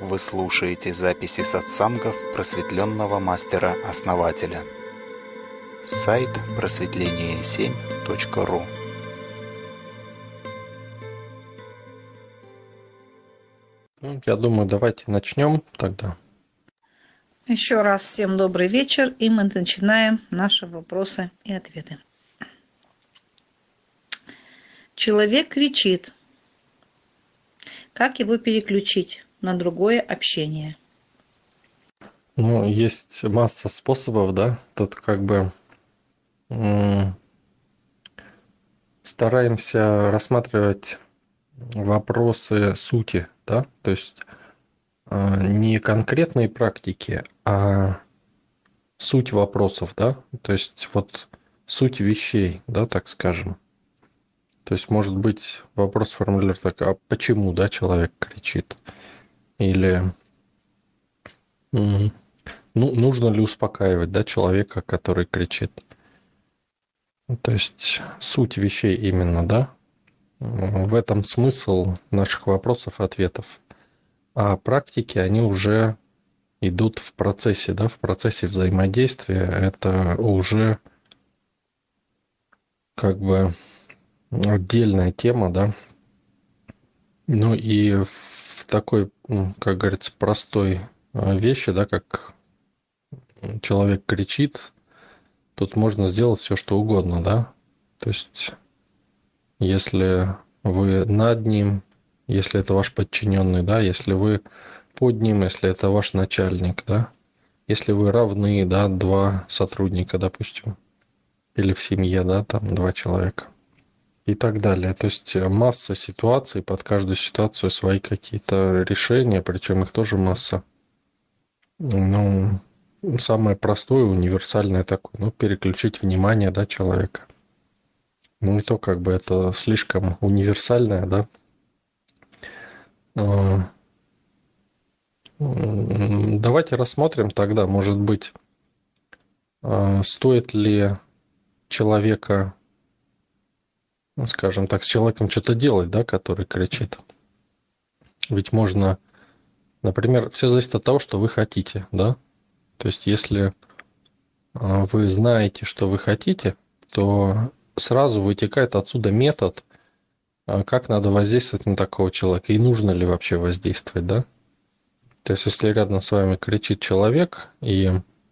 Вы слушаете записи сатсангов просветленного мастера-основателя. Сайт просветление7.ру. Я думаю, давайте начнем тогда. Еще раз всем добрый вечер, и мы начинаем наши вопросы и ответы. Человек кричит. Как его переключить на другое общение? Есть масса способов, да. Тут стараемся рассматривать вопросы сути, да, то есть не конкретные практики, а суть вопросов, да, то есть вот суть вещей, да, так скажем. То есть, может быть, вопрос формулируется так: а почему, да, человек кричит? Или нужно ли успокаивать, да, человека, который кричит? То есть, суть вещей именно, да? В этом смысл наших вопросов и ответов. А практики, они уже идут в процессе, да, в процессе взаимодействия. Это уже отдельная тема, да. И в такой, как говорится, простой вещи, да, как человек кричит, тут можно сделать все, что угодно, да. То есть, если вы над ним, если это ваш подчиненный, да, если вы под ним, если это ваш начальник, да, если вы равны, да, два сотрудника, допустим, или в семье, да, там 2 человека и так далее. То есть масса ситуаций, под каждую ситуацию свои какие-то решения, причем их тоже масса. Самое простое, универсальное такое, переключить внимание, да, человека. И то это слишком универсальное, да. Давайте рассмотрим тогда, может быть, стоит ли человека, скажем так, с человеком что-то делать, да, который кричит. Ведь можно, например, все зависит от того, что вы хотите, да. То есть, если вы знаете, что вы хотите, то сразу вытекает отсюда метод, как надо воздействовать на такого человека, и нужно ли вообще воздействовать, да. То есть, если рядом с вами кричит человек, и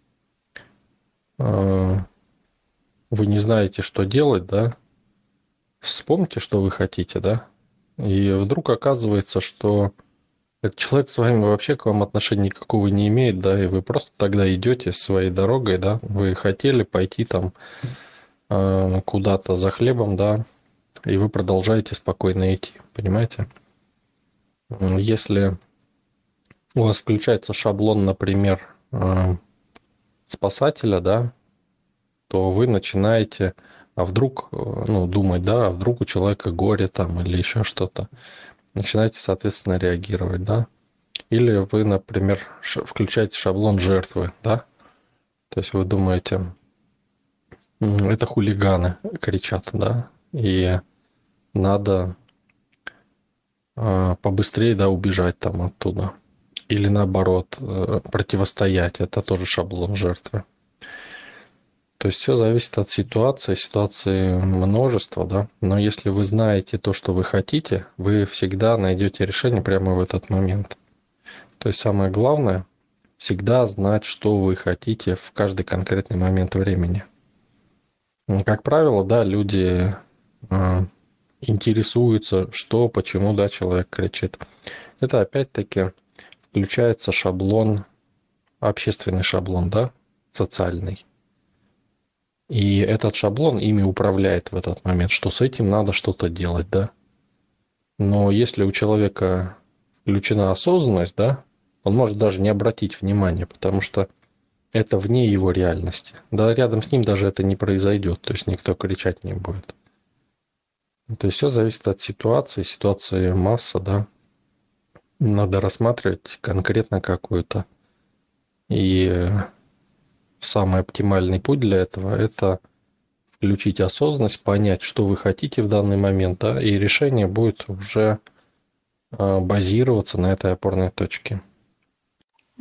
вы не знаете, что делать, да, вспомните, что вы хотите, да, и вдруг оказывается, что этот человек с вами вообще к вам отношения никакого не имеет, да, и вы просто тогда идете своей дорогой, да, вы хотели пойти там куда-то за хлебом, да, и вы продолжаете спокойно идти, понимаете? Если у вас включается шаблон, например, спасателя, да, то вы начинаете, думать, да, а вдруг у человека горе там или еще что-то. Начинаете, соответственно, реагировать, да. Или вы, например, включаете шаблон жертвы, да. То есть вы думаете, это хулиганы кричат, да, и надо побыстрее, да, убежать там оттуда. Или наоборот, противостоять, это тоже шаблон жертвы. То есть все зависит от ситуации множество, да. Но если вы знаете то, что вы хотите, вы всегда найдете решение прямо в этот момент. То есть самое главное всегда знать, что вы хотите в каждый конкретный момент времени. Как правило, да, люди интересуются, что, почему, да, человек кричит. Это опять-таки включается шаблон, общественный шаблон, да, социальный. И этот шаблон ими управляет в этот момент, что с этим надо что-то делать, да. Но если у человека включена осознанность, да, он может даже не обратить внимания, потому что это вне его реальности. Да, рядом с ним даже это не произойдет, то есть никто кричать не будет. То есть все зависит от ситуации масса, да. Надо рассматривать конкретно какую-то. И самый оптимальный путь для этого – это включить осознанность, понять, что вы хотите в данный момент, да, и решение будет уже базироваться на этой опорной точке.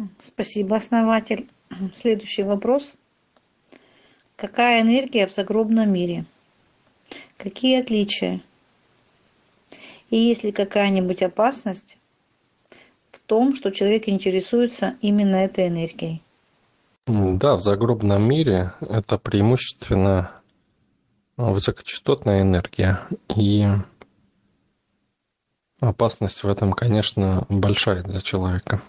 Спасибо, основатель. Следующий вопрос. Какая энергия в загробном мире? Какие отличия? И есть ли какая-нибудь опасность в том, что человек интересуется именно этой энергией? Да, в загробном мире это преимущественно высокочастотная энергия. И опасность в этом, конечно, большая для человека.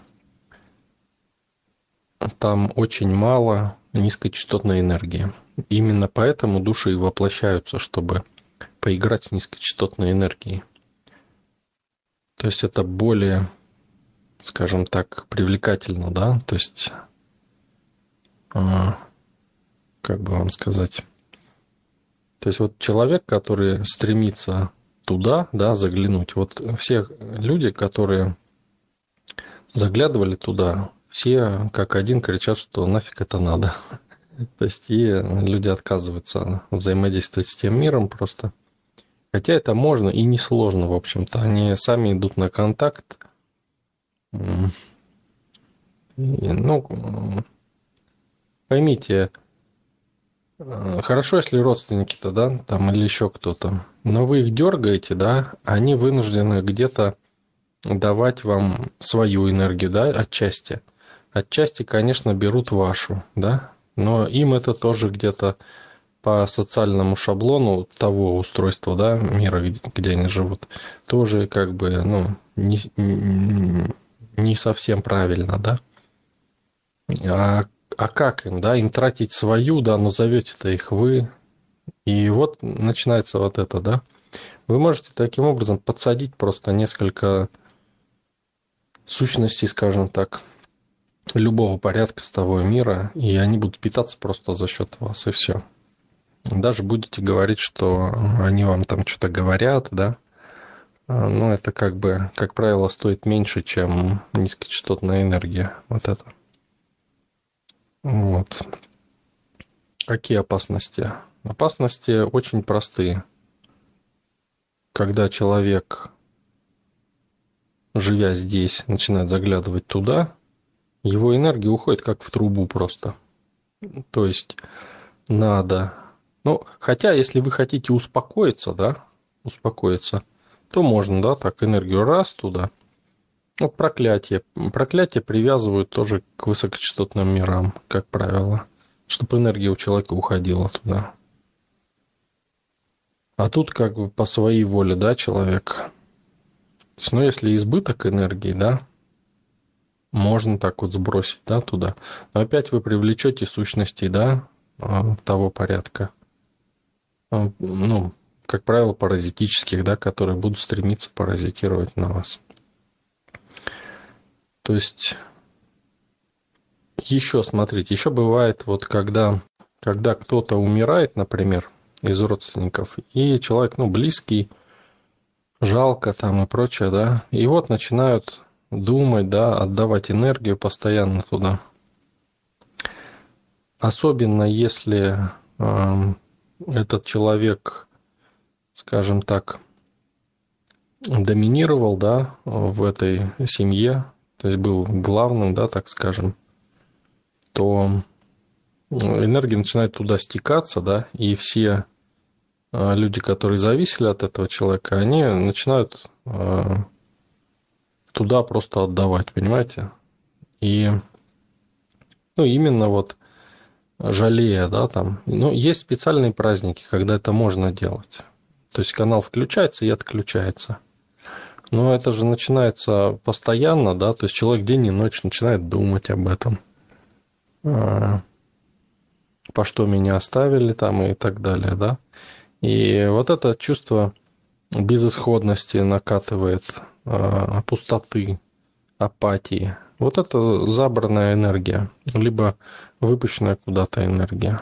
Там очень мало низкочастотной энергии. Именно поэтому души и воплощаются, чтобы поиграть с низкочастотной энергией. То есть это более, скажем так, привлекательно, да? То есть, как бы вам сказать... То есть вот человек, который стремится туда, да, заглянуть, вот все люди, которые заглядывали туда, все как один кричат, что нафиг это надо. То есть и люди отказываются взаимодействовать с тем миром просто. Хотя это можно и несложно, в общем-то. Они сами идут на контакт. Ну, поймите, хорошо, если родственники-то, да, там или еще кто-то, но вы их дергаете, да, они вынуждены где-то давать вам свою энергию, да, отчасти. Отчасти, конечно, берут вашу, да, но им это тоже где-то по социальному шаблону того устройства, да, мира, где они живут, тоже как бы, ну, не совсем правильно, да. А как им, да, им тратить свою, да, но зовете-то их вы, и вот начинается вот это, да. Вы можете таким образом подсадить просто несколько сущностей, скажем так, любого порядка с того мира, и они будут питаться просто за счет вас, и все. Даже будете говорить, что они вам там что-то говорят, да, но это как бы, как правило, стоит меньше, чем низкочастотная энергия, вот это. Вот. Какие опасности? Опасности очень простые. Когда человек, живя здесь, начинает заглядывать туда, его энергия уходит как в трубу просто. То есть надо... Ну, хотя, если вы хотите успокоиться, да, успокоиться, то можно, да, так энергию раз туда. Вот проклятие. Проклятие привязывают тоже к высокочастотным мирам, как правило, чтобы энергия у человека уходила туда. А тут как бы по своей воле, да, человек. То есть, ну, если избыток энергии, да, можно так вот сбросить, да, туда. Но опять вы привлечете сущности, да, того порядка. Ну, как правило, паразитических, да, которые будут стремиться паразитировать на вас. То есть, еще смотрите, еще бывает, вот когда кто-то умирает, например, из родственников, и человек, ну, близкий, жалко там и прочее, да, и вот начинают думать, да, отдавать энергию постоянно туда. Особенно если этот человек, скажем так, доминировал, да, в этой семье, то есть был главным, да, так скажем, то энергия начинает туда стекаться, да, и все люди, которые зависели от этого человека, они начинают туда просто отдавать, понимаете? И, ну, именно вот жалея, да, там, ну, есть специальные праздники, когда это можно делать. То есть канал включается и отключается. Но это же начинается постоянно, да, то есть человек день и ночь начинает думать об этом. По что меня оставили там и так далее, да. И вот это чувство безысходности накатывает, пустоты, апатии. Вот это забранная энергия, либо выпущенная куда-то энергия.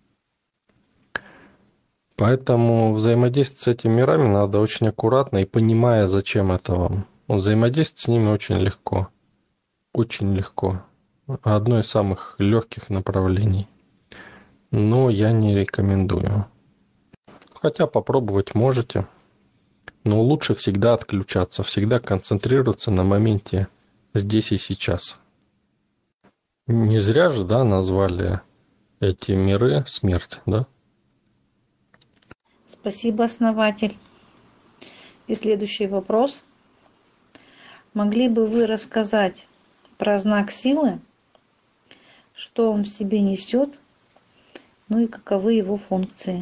Поэтому взаимодействовать с этими мирами надо очень аккуратно и понимая, зачем это вам. Взаимодействовать с ними очень легко. Очень легко. Одно из самых легких направлений. Но я не рекомендую. Хотя попробовать можете. Но лучше всегда отключаться, всегда концентрироваться на моменте здесь и сейчас. Не зря же, да, назвали эти миры смерть, да? Спасибо, основатель. И следующий вопрос. Могли бы вы рассказать про знак силы, что он в себе несет, ну и каковы его функции?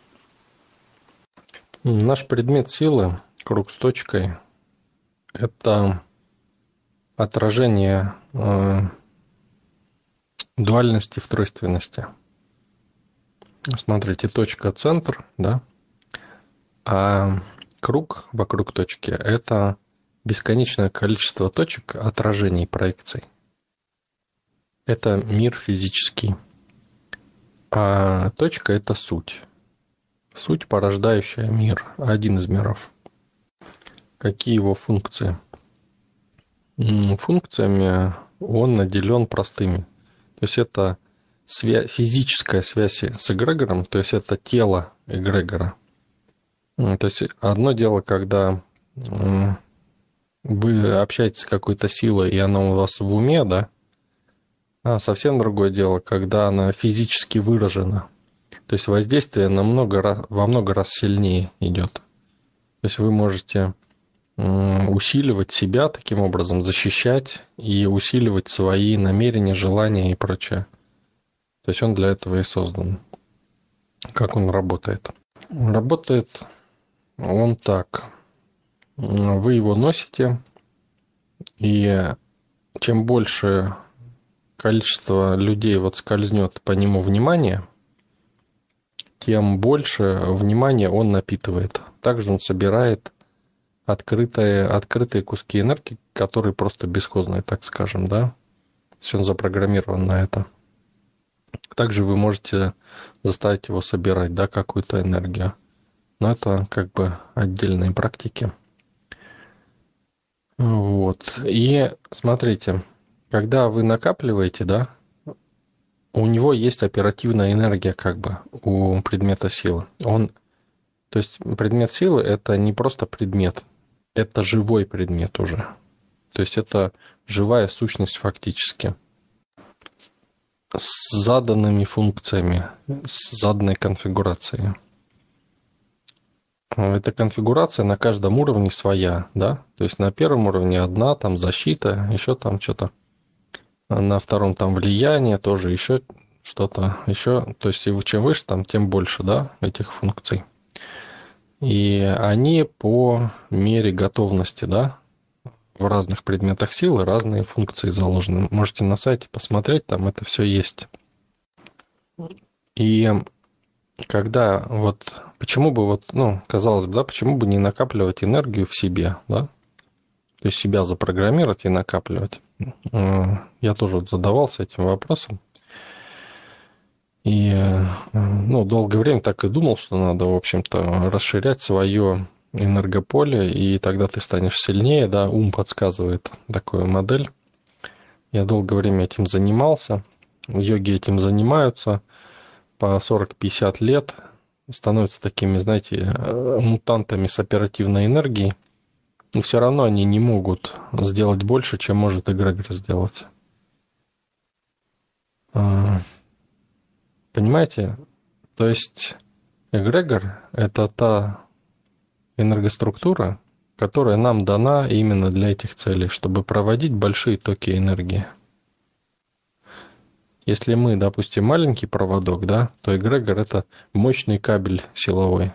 Наш предмет силы, круг с точкой, это отражение дуальности в тройственности. Смотрите, точка центр, да, а круг вокруг точки – это бесконечное количество точек, отражений, проекций. Это мир физический. А точка – это суть. Суть, порождающая мир, один из миров. Какие его функции? Функциями он наделен простыми. То есть это физическая связь с эгрегором, то есть это тело эгрегора. То есть одно дело, когда вы общаетесь с какой-то силой, и она у вас в уме, да, а совсем другое дело, когда она физически выражена. То есть воздействие во много раз сильнее идет. То есть вы можете усиливать себя таким образом, защищать и усиливать свои намерения, желания и прочее. То есть он для этого и создан. Как он работает? Работает он так. Вы его носите, и чем больше количество людей вот скользнет по нему внимание, тем больше внимания он напитывает. Также он собирает открытые куски энергии, которые просто бесхозные, так скажем, да. То есть он запрограммирован на это. Также вы можете заставить его собирать, да, какую-то энергию. Но это как бы отдельные практики. Вот. И смотрите, когда вы накапливаете, да, у него есть оперативная энергия, как бы, у предмета силы. То есть предмет силы – это не просто предмет, это живой предмет уже. То есть это живая сущность фактически. С заданными функциями, с заданной конфигурацией. Эта конфигурация на каждом уровне своя, да? То есть на первом уровне одна, там защита, еще там что-то. На втором там влияние, тоже еще что-то. Еще, то есть чем выше, там, тем больше, да, этих функций. И они по мере готовности, да, в разных предметах силы разные функции заложены. Можете на сайте посмотреть, там это все есть. И когда вот, почему бы вот, ну, казалось бы, да, почему бы не накапливать энергию в себе, да? То есть себя запрограммировать и накапливать. Я тоже вот задавался этим вопросом. И, ну, долгое время так и думал, что надо, в общем-то, расширять свое энергополе, и тогда ты станешь сильнее, да, ум подсказывает такую модель. Я долгое время этим занимался, йоги этим занимаются по 40-50 лет, становятся такими, знаете, мутантами с оперативной энергией, но все равно они не могут сделать больше, чем может эгрегор сделать. Понимаете? То есть эгрегор – это та энергоструктура, которая нам дана именно для этих целей, чтобы проводить большие токи энергии. Если мы, допустим, маленький проводок, да, то эгрегор – это мощный кабель силовой.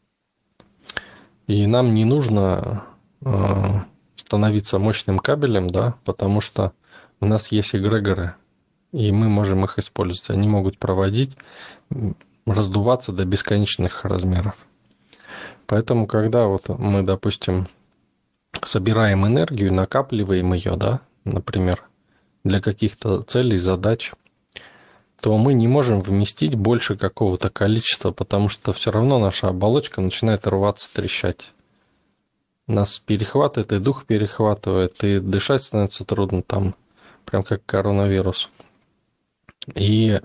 И нам не нужно становиться мощным кабелем, да, потому что у нас есть эгрегоры, и мы можем их использовать. Они могут проводить, раздуваться до бесконечных размеров. Поэтому, когда вот мы, допустим, собираем энергию, накапливаем ее, да, например, для каких-то целей, задач, то мы не можем вместить больше какого-то количества, потому что все равно наша оболочка начинает рваться, трещать. Нас перехватывает, и дух перехватывает, и дышать становится трудно там, прям как коронавирус. И,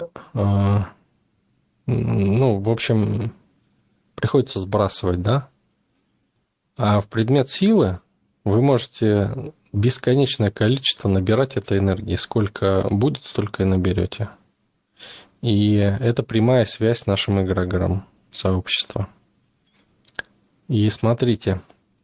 ну, в общем, приходится сбрасывать, да? А в предмет силы вы можете бесконечное количество набирать этой энергии. Сколько будет, столько и наберете. И это прямая связь с нашим эгрегором сообщества. И смотрите,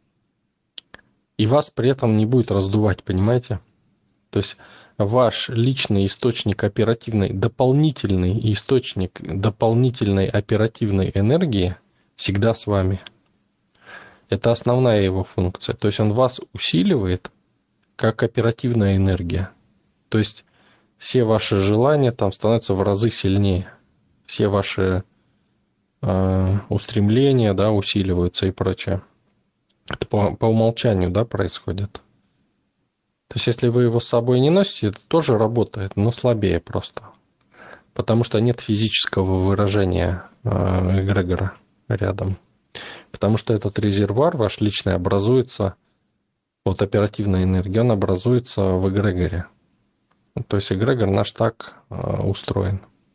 и вас при этом не будет раздувать, понимаете? То есть ваш личный источник оперативной, дополнительный источник дополнительной оперативной энергии всегда с вами. Это основная его функция. То есть он вас усиливает как оперативная энергия. То есть все ваши желания там становятся в разы сильнее. Все ваши устремления, да, усиливаются и прочее. Это по умолчанию, да, происходит. То есть если вы его с собой не носите, это тоже работает, но слабее просто. Потому что нет физического выражения эгрегора рядом. Потому что этот резервуар ваш личный образуется, вот оперативная энергия, он образуется в эгрегоре. То есть эгрегор наш так устроен.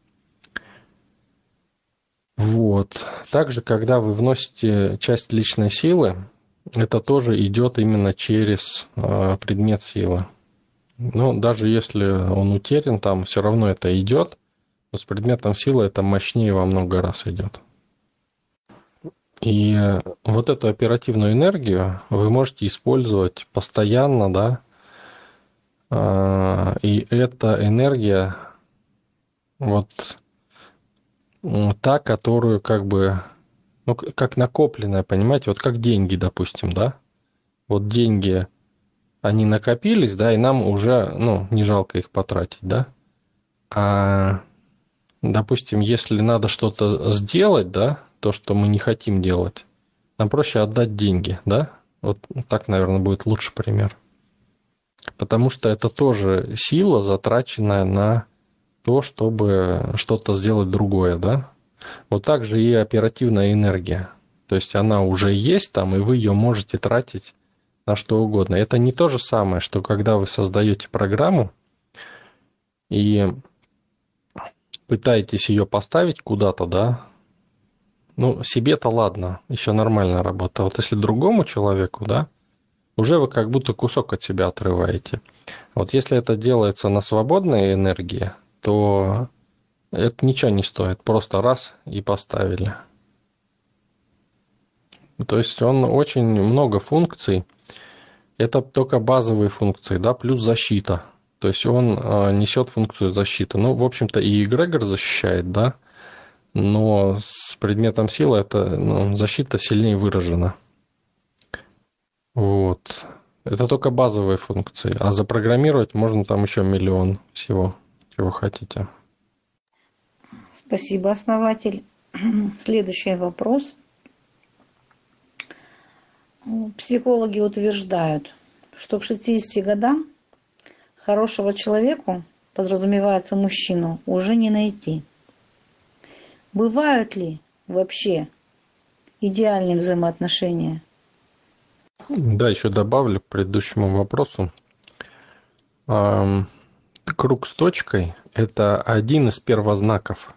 Вот. Также, когда вы вносите часть личной силы, это тоже идет именно через предмет силы. Но даже если он утерян, там все равно это идет, но с предметом силы это мощнее во много раз идет. И вот эту оперативную энергию вы можете использовать постоянно, да, и эта энергия вот та, которую как бы, ну, как накопленная, понимаете, вот как деньги, допустим, да, вот деньги, они накопились, да, и нам уже, ну, не жалко их потратить, да, а, допустим, если надо что-то сделать, да, то, что мы не хотим делать, нам проще отдать деньги, да, вот так, наверное, будет лучший пример. Потому что это тоже сила, затраченная на то, чтобы что-то сделать другое, да. Вот так же и оперативная энергия. То есть она уже есть там, и вы ее можете тратить на что угодно. Это не то же самое, что когда вы создаете программу и пытаетесь ее поставить куда-то, да, ну, себе-то ладно, еще нормально работает. А вот если другому человеку, да, уже вы как будто кусок от себя отрываете. Вот если это делается на свободной энергии, то это ничего не стоит. Просто раз и поставили. То есть он очень много функций. Это только базовые функции, да, плюс защита. То есть он несет функцию защиты. Ну, в общем-то, и эгрегор защищает, да, но с предметом силы эта защита сильнее выражена. Вот. Это только базовые функции. А запрограммировать можно там еще миллион всего, чего хотите. Спасибо, основатель. Следующий вопрос. Психологи утверждают, что к 60 годам хорошего человеку, подразумевается мужчину, уже не найти. Бывают ли вообще идеальные взаимоотношения? Да, еще добавлю к предыдущему вопросу. Круг с точкой – это один из первознаков.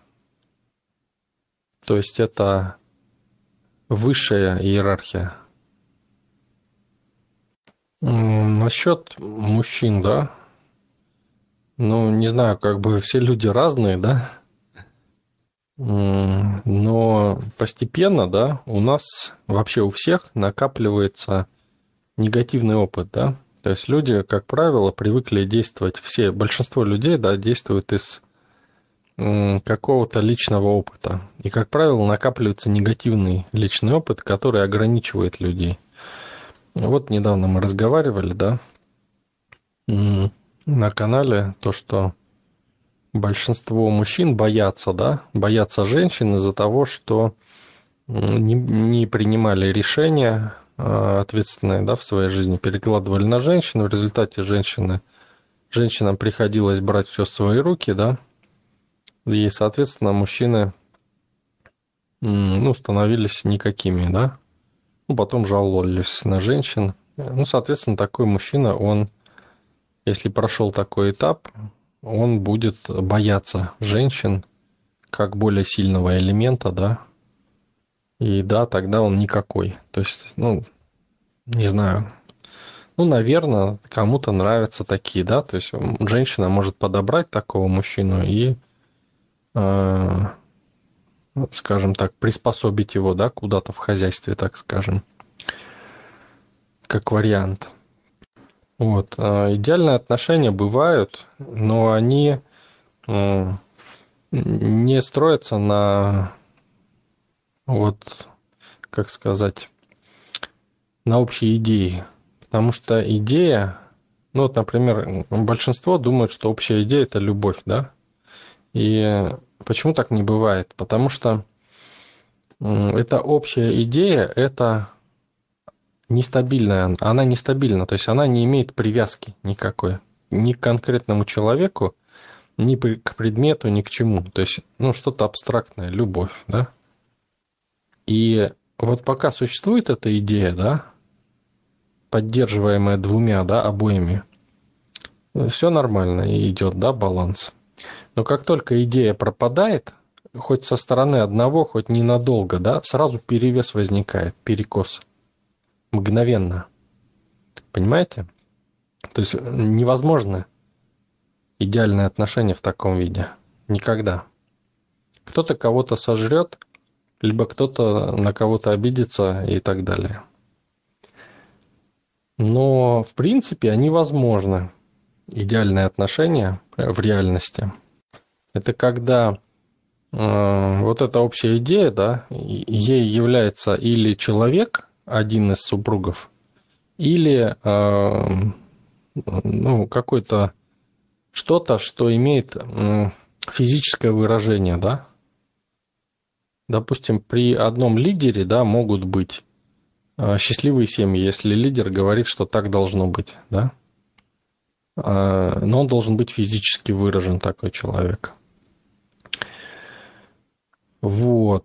То есть это высшая иерархия. Насчет мужчин, да, ну, не знаю, как бы все люди разные, да, но постепенно, да, у нас вообще у всех накапливается негативный опыт, да, то есть люди, как правило, привыкли действовать, большинство людей, да, действуют из какого-то личного опыта, и, как правило, накапливается негативный личный опыт, который ограничивает людей. Вот недавно мы разговаривали, да, на канале, то, что большинство мужчин боятся, да, боятся женщин из-за того, что не принимали решения ответственные, да, в своей жизни, перекладывали на женщину, в результате женщинам приходилось брать все в свои руки, да, и, соответственно, мужчины, ну, становились никакими, да. Ну, потом жаловались на женщин. Ну, соответственно, такой мужчина, он, если прошел такой этап, он будет бояться женщин как более сильного элемента, да. И да, тогда он никакой. То есть, ну, не знаю. Ну, наверное, кому-то нравятся такие, да, то есть женщина может подобрать такого мужчину и, скажем так, приспособить его, да, куда-то в хозяйстве, так скажем, как вариант. Вот. Идеальные отношения бывают, но они не строятся на, вот, как сказать, на общей идее. Потому что идея, ну вот, например, большинство думают, что общая идея – это любовь, да? И почему так не бывает? Потому что эта общая идея – это нестабильная, она нестабильна, то есть она не имеет привязки никакой ни к конкретному человеку, ни к предмету, ни к чему. То есть, ну, что-то абстрактное, любовь, да? И вот пока существует эта идея, да, поддерживаемая двумя, да, обоими, все нормально и идет, да, баланс. Но как только идея пропадает, хоть со стороны одного, хоть ненадолго, да, сразу перевес возникает, перекос. Мгновенно. Понимаете? То есть невозможно идеальные отношения в таком виде. Никогда. Кто-то кого-то сожрет, либо кто-то на кого-то обидится и так далее. Но, в принципе, они возможны. Идеальные отношения в реальности. Это когда вот эта общая идея, да, ей является или человек, один из супругов, или ну, какой-то что-то, что имеет физическое выражение, да. Допустим, при одном лидере, да, могут быть счастливые семьи, если лидер говорит, что так должно быть, да. Но он должен быть физически выражен, такой человек. Вот.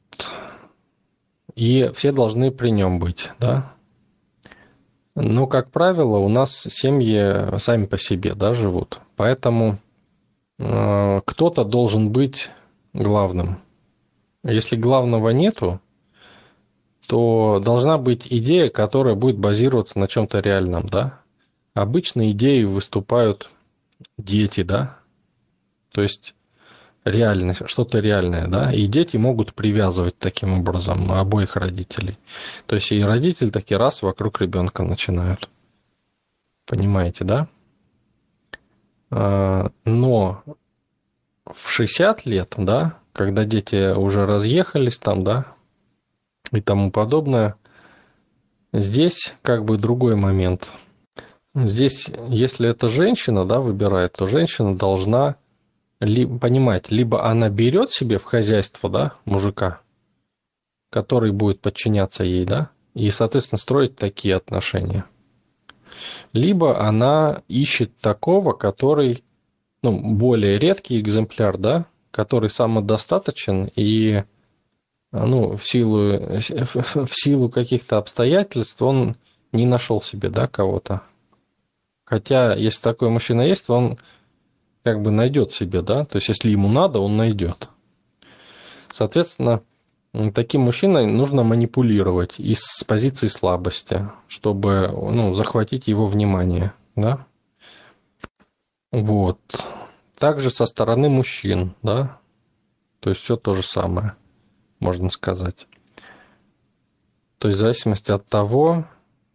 И все должны при нем быть, да. Но, как правило, у нас семьи сами по себе, да, живут. Поэтому кто-то должен быть главным. Если главного нету, то должна быть идея, которая будет базироваться на чем-то реальном, да. Обычно идеей выступают дети, да. То есть реальность, что-то реальное, да, и дети могут привязывать таким образом обоих родителей. То есть и родители таки раз вокруг ребенка начинают. Понимаете, да? Но в 60 лет, да, когда дети уже разъехались там, да, и тому подобное, здесь как бы другой момент. Здесь, если это женщина, да, выбирает, то женщина должна понимать, либо она берет себе в хозяйство, да, мужика, который будет подчиняться ей, да, и, соответственно, строить такие отношения. Либо она ищет такого, который, ну, более редкий экземпляр, да, который самодостаточен и, ну, в силу каких-то обстоятельств он не нашел себе, да, кого-то. Хотя, если такой мужчина есть, то он как бы найдет себе, да, то есть если ему надо, он найдет. Соответственно, таким мужчиной нужно манипулировать с позиции слабости, чтобы, ну, захватить его внимание, да. Вот. Также со стороны мужчин, да, то есть все то же самое, можно сказать. То есть в зависимости от того,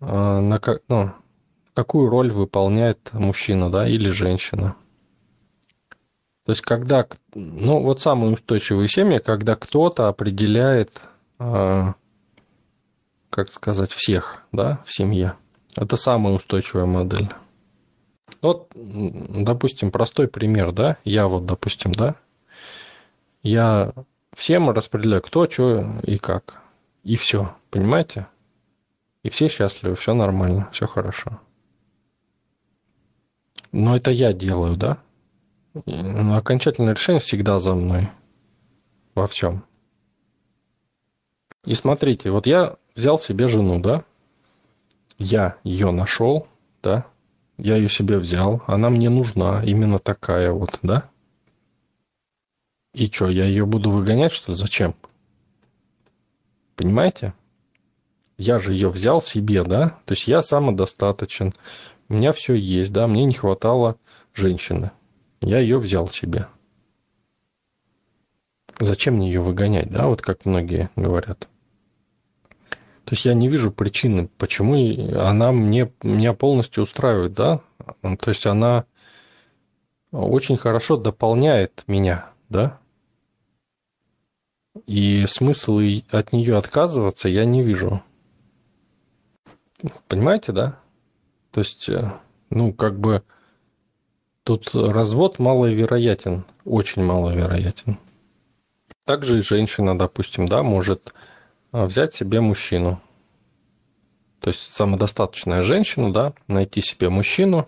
какую роль выполняет мужчина, да, или женщина. То есть, когда, ну, вот самые устойчивые семьи, когда кто-то определяет, как сказать, всех, да, в семье. Это самая устойчивая модель. Вот, допустим, простой пример, да, я вот, допустим, да, я всем распределяю, кто, что и как, и все, понимаете? И все счастливы, все нормально, все хорошо. Но это я делаю, да? Но окончательное решение всегда за мной. Во всем. И смотрите, вот я взял себе жену, да? Я ее нашел, да? Я ее себе взял. Она мне нужна, именно такая вот, да? И что, я ее буду выгонять, что ли? Зачем? Понимаете? я же ее взял себе, да, то есть я самодостаточен, у меня все есть, да, мне не хватало женщины, я ее взял себе. Зачем мне ее выгонять, да, вот как многие говорят. То есть я не вижу причины, почему она меня полностью устраивает, да, то есть она очень хорошо дополняет меня, да, и смысл от нее отказываться я не вижу. Понимаете, да? То есть, ну, как бы тут развод маловероятен, очень маловероятен. Также и женщина, допустим, да, может взять себе мужчину. То есть самодостаточная женщина, да, найти себе мужчину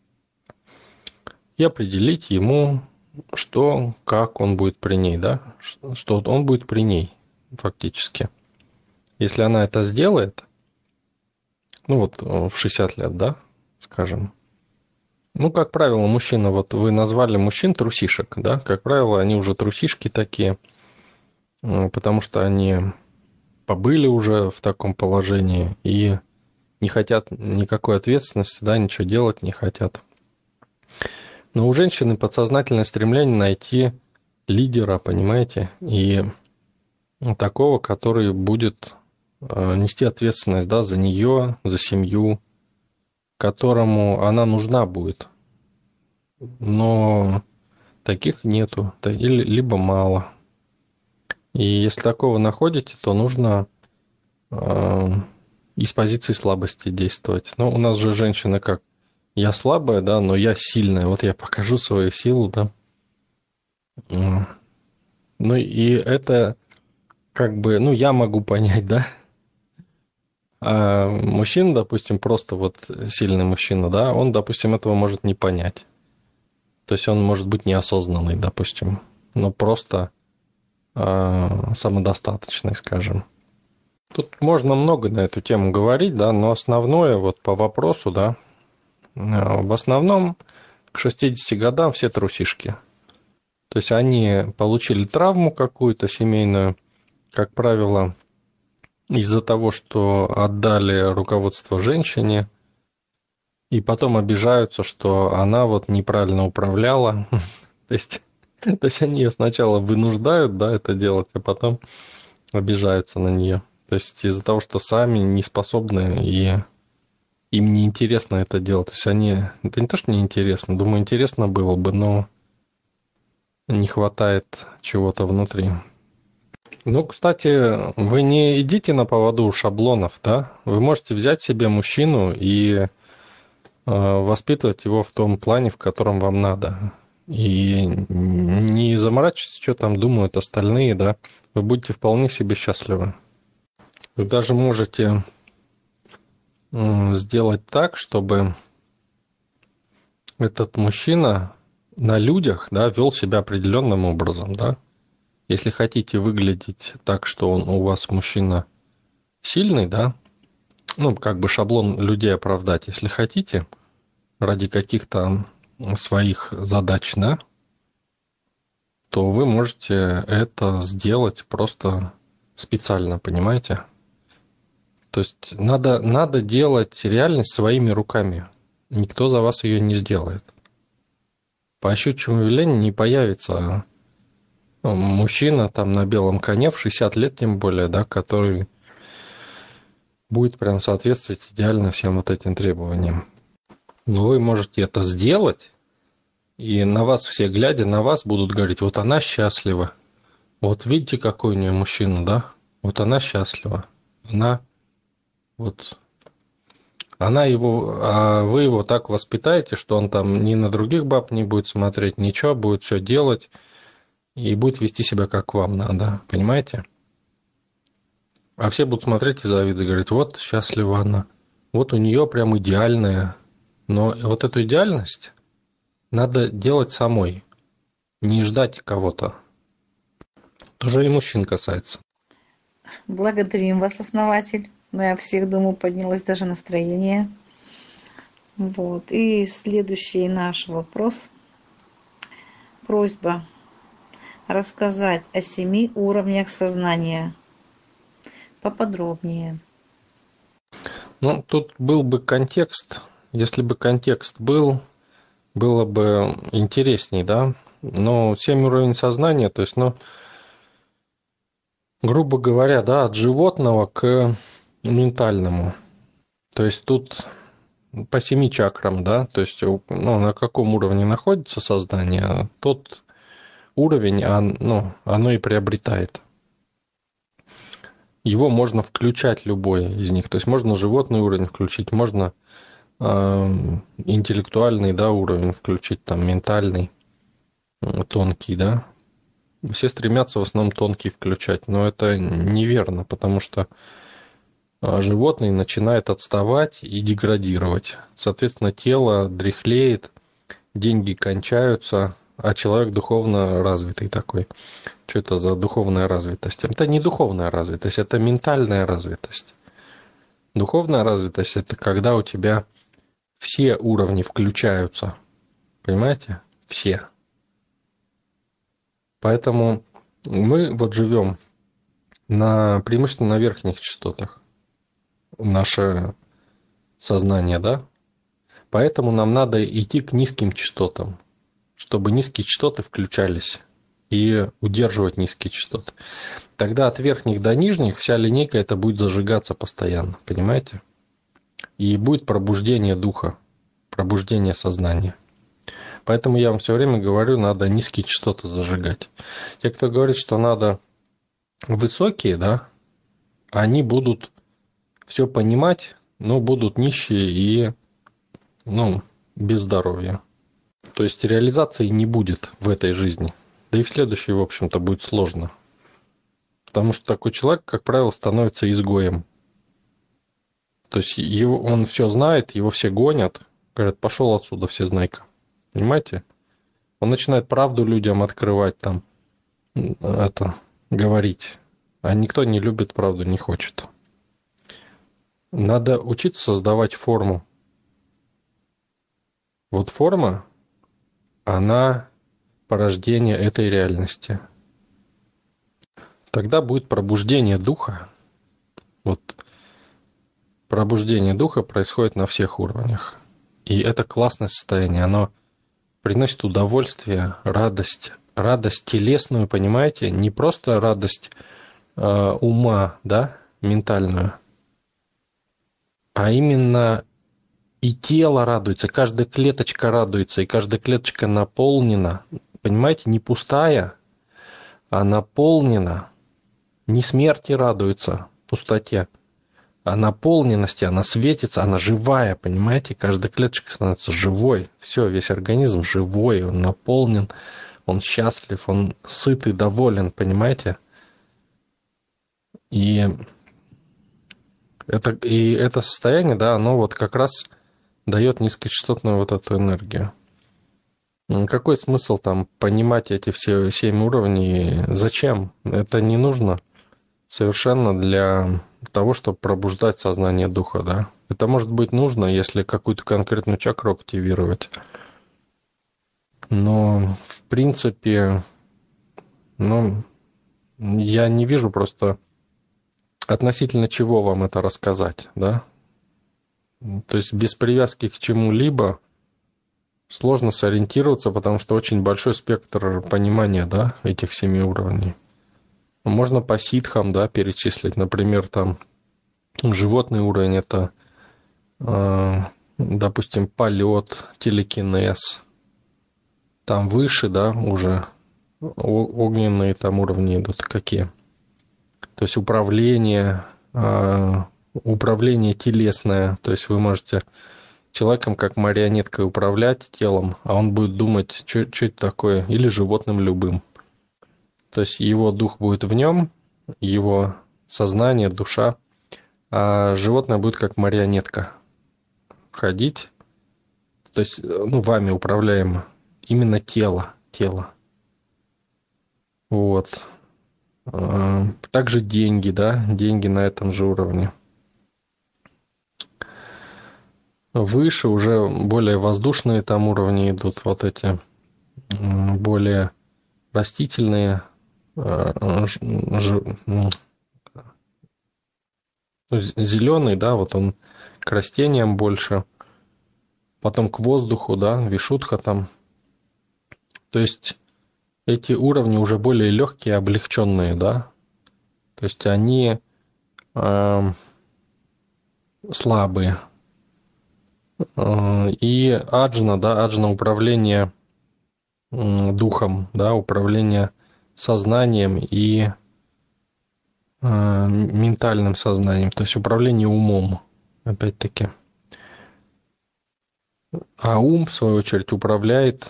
и определить ему, что, как он будет при ней, да, что он будет при ней фактически. Если она это сделает, ну вот в 60 лет, да, скажем, ну, как правило, мужчина, вот вы назвали мужчин трусишек, да, как правило, они уже трусишки такие, потому что они побыли уже в таком положении и не хотят никакой ответственности, да, ничего делать не хотят. Но у женщины подсознательное стремление найти лидера, понимаете, и такого, который будет нести ответственность, да, за нее, за семью, которому она нужна будет. Но таких нету, или либо мало. И если такого находите, то нужно из позиции слабости действовать. Но у нас же женщины как? Я слабая, да, но я сильная. Вот я покажу свою силу, да. Ну и это как бы, ну я могу понять, да. А мужчина, допустим, просто вот сильный мужчина, да, он, допустим, этого может не понять. То есть он может быть неосознанный, допустим, но просто самодостаточный, скажем. Тут можно много на эту тему говорить, да, но основное вот по вопросу, да, в основном к 60 годам все трусишки. То есть они получили травму какую-то семейную, как правило, из-за того, что отдали руководство женщине, и потом обижаются, что она вот неправильно управляла. То есть они ее сначала вынуждают, да, это делать, а потом обижаются на нее. То есть из-за того, что сами не способны и им неинтересно это делать. То есть они... Это не то, что неинтересно. Думаю, интересно было бы, но не хватает чего-то внутри. Ну, кстати, вы не идите на поводу шаблонов, да? Вы можете взять себе мужчину и воспитывать его в том плане, в котором вам надо. И не заморачивайтесь, что там думают остальные, да? Вы будете вполне себе счастливы. Вы даже можете сделать так, чтобы этот мужчина на людях, да, вел себя определенным образом, да. Если хотите выглядеть так, что он у вас мужчина сильный, да, ну, как бы шаблон людей оправдать, если хотите, ради каких-то своих задач, да, то вы можете это сделать просто специально, понимаете? То есть надо делать реальность своими руками. Никто за вас ее не сделает. По ощутчему велению не появится мужчина там на белом коне в 60 лет, тем более, да, который будет прям соответствовать идеально всем вот этим требованиям. Но вы можете это сделать, и на вас все, глядя на вас, будут говорить, вот она счастлива. Вот видите, какой у нее мужчина, да? Вот она счастлива. Она его, а вы его так воспитаете, что он там ни на других баб не будет смотреть, ничего, будет все делать и будет вести себя как вам надо, понимаете? А все будут смотреть и завидовать, говорить, вот счастлива она, вот у нее прям идеальная. Но вот эту идеальность надо делать самой, не ждать кого-то. Тоже и мужчин касается. Благодарим вас, основатель. Но я всех, думаю, поднялось даже настроение. Вот. И следующий наш вопрос. Просьба рассказать о 7 уровнях сознания поподробнее. Ну, тут был бы контекст. Если бы контекст был, было бы интересней, да? Но 7 уровней сознания, то есть, ну, грубо говоря, да, от животного к ментальному. То есть тут по 7 чакрам, да, то есть, ну, на каком уровне находится сознание, тот уровень, ну, оно и приобретает. Его можно включать любой из них. То есть можно животный уровень включить, можно интеллектуальный, да, уровень включить, там, ментальный, тонкий, да. Все стремятся в основном тонкий включать, но это неверно, потому что животное начинает отставать и деградировать. Соответственно, тело дряхлеет, деньги кончаются, а человек духовно развитый такой. Что это за духовная развитость? Это не духовная развитость, это ментальная развитость. Духовная развитость – это когда у тебя все уровни включаются. Понимаете? Все. Поэтому мы вот живем преимущественно на верхних частотах. Наше сознание, да? Поэтому нам надо идти к низким частотам, чтобы низкие частоты включались и удерживать низкие частоты. Тогда от верхних до нижних вся линейка это будет зажигаться постоянно, понимаете? И будет пробуждение духа, пробуждение сознания. Поэтому я вам все время говорю, надо низкие частоты зажигать. Те, кто говорит, что надо высокие, да, они будут все понимать, но будут нищие и, ну, без здоровья. То есть реализации не будет в этой жизни. Да и в следующей, в общем-то, будет сложно. Потому что такой человек, как правило, становится изгоем. То есть он все знает, его все гонят. Говорят, пошел отсюда, всезнайка. Понимаете? Он начинает правду людям открывать, там, говорить. А никто не любит правду, не хочет. Надо учиться создавать форму. Вот форма, она порождение этой реальности. Тогда будет пробуждение духа. Вот пробуждение духа происходит на всех уровнях. И это классное состояние. Оно приносит удовольствие, радость. Радость телесную, понимаете? Не просто радость ума, да, ментальную, а именно и тело радуется, каждая клеточка радуется, и каждая клеточка наполнена. Понимаете, не пустая, а наполнена. Не смерти радуется, пустоте, а наполненности, она светится, она живая, понимаете? Каждая клеточка становится живой. Все, весь организм живой, он наполнен, он счастлив, он сытый, доволен, понимаете? И это состояние, да, оно вот как раз дает низкочастотную вот эту энергию. Какой смысл там понимать эти все 7 уровней? Зачем? Это не нужно совершенно для того, чтобы пробуждать сознание духа, да. Это может быть нужно, если какую-то конкретную чакру активировать. Но, в принципе, ну, я не вижу просто относительно чего вам это рассказать, да. То есть без привязки к чему-либо сложно сориентироваться, потому что очень большой спектр понимания, да, этих 7 уровней. Можно по ситхам, да, перечислить. Например, там животный уровень – это, допустим, полет, телекинез. Там выше, да, уже огненные там уровни идут какие. То есть управление телесное. То есть вы можете человеком как марионеткой управлять телом, а он будет думать, что это такое, или животным любым. То есть его дух будет в нем, его сознание, душа, а животное будет как марионетка ходить. То есть, ну, вами управляемо. Именно тело. Вот. Также деньги, да, деньги на этом же уровне. Выше уже более воздушные там уровни идут, вот эти более растительные, зеленый, да, вот он к растениям больше, потом к воздуху, да, вишудха там. То есть эти уровни уже более легкие, облегченные, да. То есть они слабые. И аджна, да, аджна управление духом, да, управление сознанием и ментальным сознанием, то есть управление умом, опять-таки. А ум, в свою очередь, управляет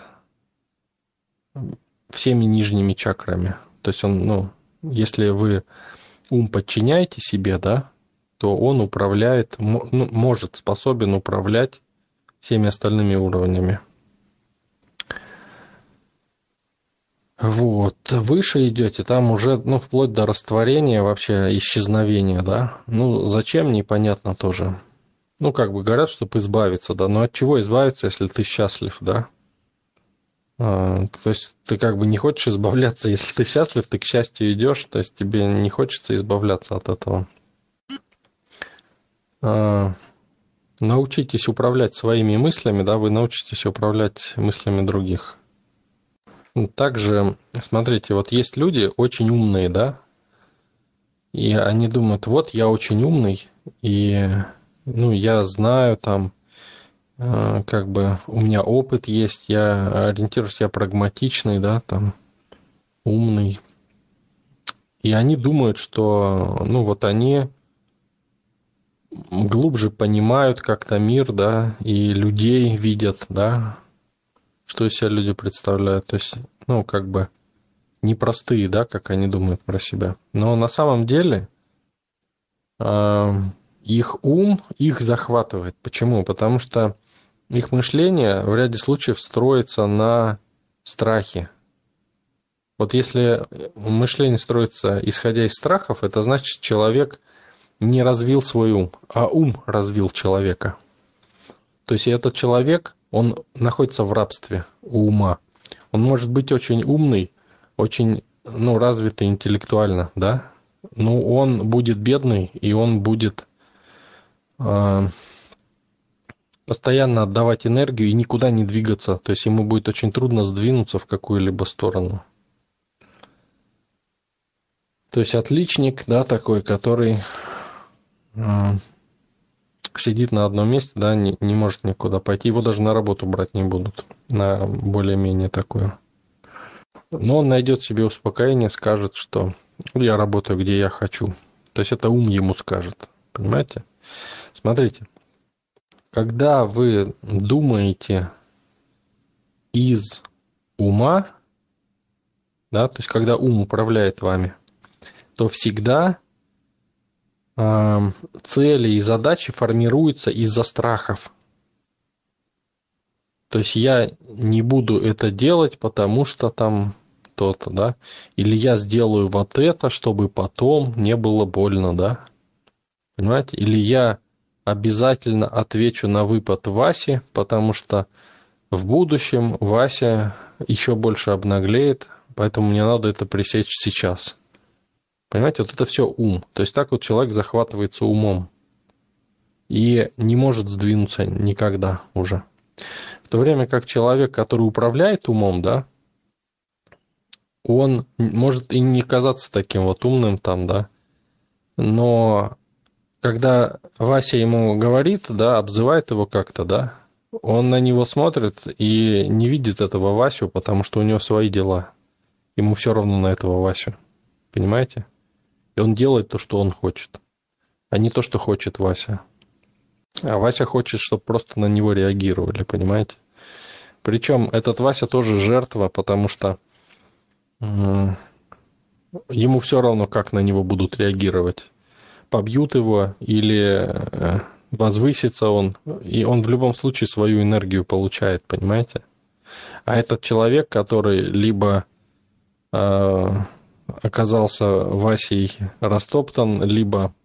всеми нижними чакрами. То есть он, если вы ум подчиняете себе, да, то он управляет, способен управлять всеми остальными уровнями. Вот. Выше идете, там уже, вплоть до растворения, вообще исчезновения, да. Зачем, непонятно тоже. Говорят, чтобы избавиться, да. Но от чего избавиться, если ты счастлив, да? То есть ты не хочешь избавляться, если ты счастлив, ты к счастью идешь, то есть тебе не хочется избавляться от этого. Научитесь управлять своими мыслями, да, вы научитесь управлять мыслями других. Также, смотрите, вот есть люди очень умные, да, и они думают, вот я очень умный, и, я знаю там, у меня опыт есть, я ориентируюсь, я прагматичный, да, там, умный. И они думают, что, они глубже понимают как-то мир, да, и людей видят, да, что из себя люди представляют. То есть, непростые, да, как они думают про себя. Но на самом деле их ум их захватывает. Почему? Потому что их мышление в ряде случаев строится на страхе. Вот если мышление строится исходя из страхов, это значит, человек не развил свой ум, а ум развил человека. То есть этот человек, он находится в рабстве у ума. Он может быть очень умный, очень развитый интеллектуально, да, но он будет бедный, и он будет постоянно отдавать энергию и никуда не двигаться. То есть ему будет очень трудно сдвинуться в какую-либо сторону. То есть отличник, да, такой, который сидит на одном месте, да, не может никуда пойти. Его даже на работу брать не будут, на более-менее такую. Но он найдет себе успокоение, скажет, что я работаю, где я хочу. То есть это ум ему скажет. Понимаете? Смотрите. Когда вы думаете из ума, да, то есть когда ум управляет вами, то всегда цели и задачи формируются из-за страхов. То есть я не буду это делать, потому что там то-то, да, или я сделаю вот это, чтобы потом не было больно, да, понимаете, или я обязательно отвечу на выпад Васе, потому что в будущем Вася еще больше обнаглеет, поэтому мне надо это пресечь сейчас. Понимаете, вот это все ум. То есть так вот человек захватывается умом и не может сдвинуться никогда уже. В то время как человек, который управляет умом, да, он может и не казаться таким вот умным там, да, но когда Вася ему говорит, да, обзывает его как-то, да, он на него смотрит и не видит этого Васю, потому что у него свои дела. Ему все равно на этого Васю. Понимаете? И он делает то, что он хочет, а не то, что хочет Вася. А Вася хочет, чтобы просто на него реагировали, понимаете? Причем этот Вася тоже жертва, потому что ему все равно, как на него будут реагировать. Побьют его или возвысится он, и он в любом случае свою энергию получает, понимаете? А этот человек, который либо оказался Васей растоптан, либо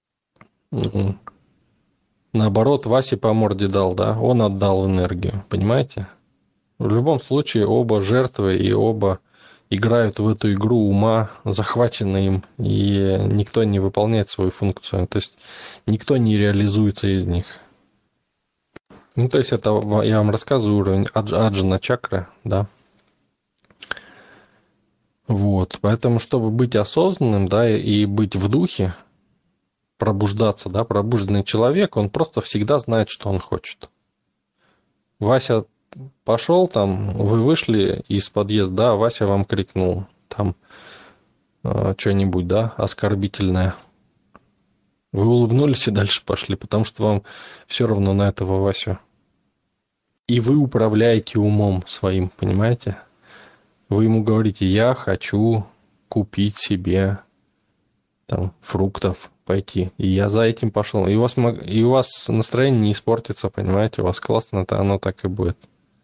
наоборот Васе по морде дал, да, он отдал энергию, понимаете? В любом случае оба жертвы и оба играют в эту игру ума, захвачены им, и никто не выполняет свою функцию. То есть никто не реализуется из них. Ну, то есть это я вам рассказываю уровень аджана чакры, да. Вот, поэтому, чтобы быть осознанным, да, и быть в духе, пробуждаться, да, пробужденный человек, он просто всегда знает, что он хочет. Вася пошел там, вы вышли из подъезда, да, Вася вам крикнул там что-нибудь, да, оскорбительное. Вы улыбнулись и дальше пошли, потому что вам все равно на этого Васю. И вы управляете умом своим, понимаете? Вы ему говорите, я хочу купить себе там фруктов, пойти. И я за этим пошел. И у вас настроение не испортится, понимаете? У вас классно, это оно так и будет.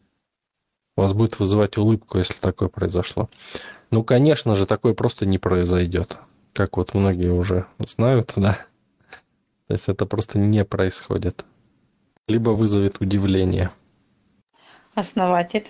У вас будет вызывать улыбку, если такое произошло. Ну, конечно же, такое просто не произойдет. Как вот многие уже знают, да. То есть это просто не происходит. Либо вызовет удивление. Основатель,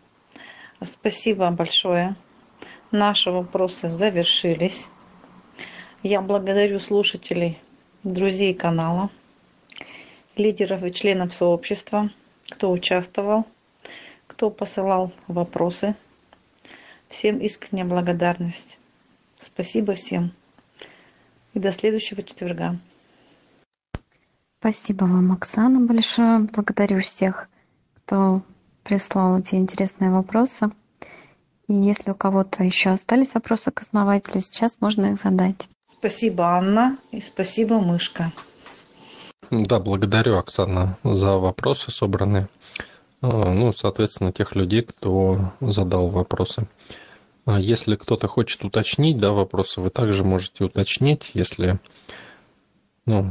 спасибо большое. Наши вопросы завершились. Я благодарю слушателей, друзей канала, лидеров и членов сообщества, кто участвовал, кто посылал вопросы. Всем искренняя благодарность. Спасибо всем. И до следующего четверга. Спасибо вам, Оксана, большое. Благодарю всех, кто прислал эти интересные вопросы. И если у кого-то еще остались вопросы к основателю, сейчас можно их задать. Спасибо, Анна, и спасибо, Мышка. Да, благодарю, Оксана, за вопросы собранные. Ну, соответственно, тех людей, кто задал вопросы. Если кто-то хочет уточнить, да, вопросы, вы также можете уточнить, если, ну,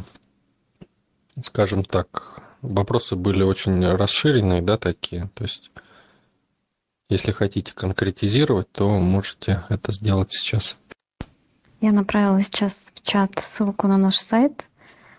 скажем так, вопросы были очень расширенные, да, такие. То есть, если хотите конкретизировать, то можете это сделать сейчас. Я направила сейчас в чат ссылку на наш сайт.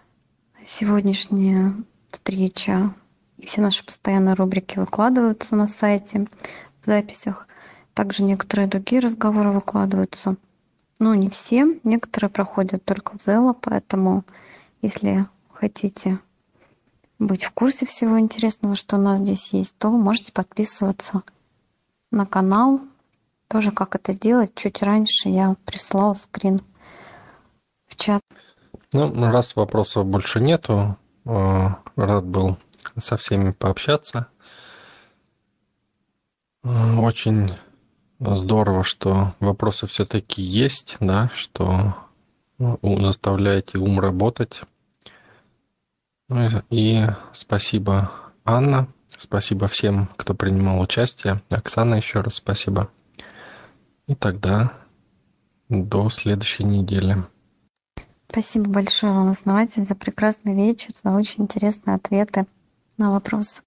Сегодняшняя встреча и все наши постоянные рубрики выкладываются на сайте в записях. Также некоторые другие разговоры выкладываются. Ну, не все. Некоторые проходят только в Zello, поэтому если хотите быть в курсе всего интересного, что у нас здесь есть, то можете подписываться на канал. Тоже как это сделать, чуть раньше я прислала скрин в чат. Ну, раз вопросов больше нету, рад был со всеми пообщаться. Очень здорово, что вопросы все-таки есть, да, что заставляете ум работать. И спасибо, Анна, спасибо всем, кто принимал участие. Оксана, еще раз спасибо. И тогда до следующей недели. Спасибо большое вам, основатель, за прекрасный вечер, за очень интересные ответы на вопросы.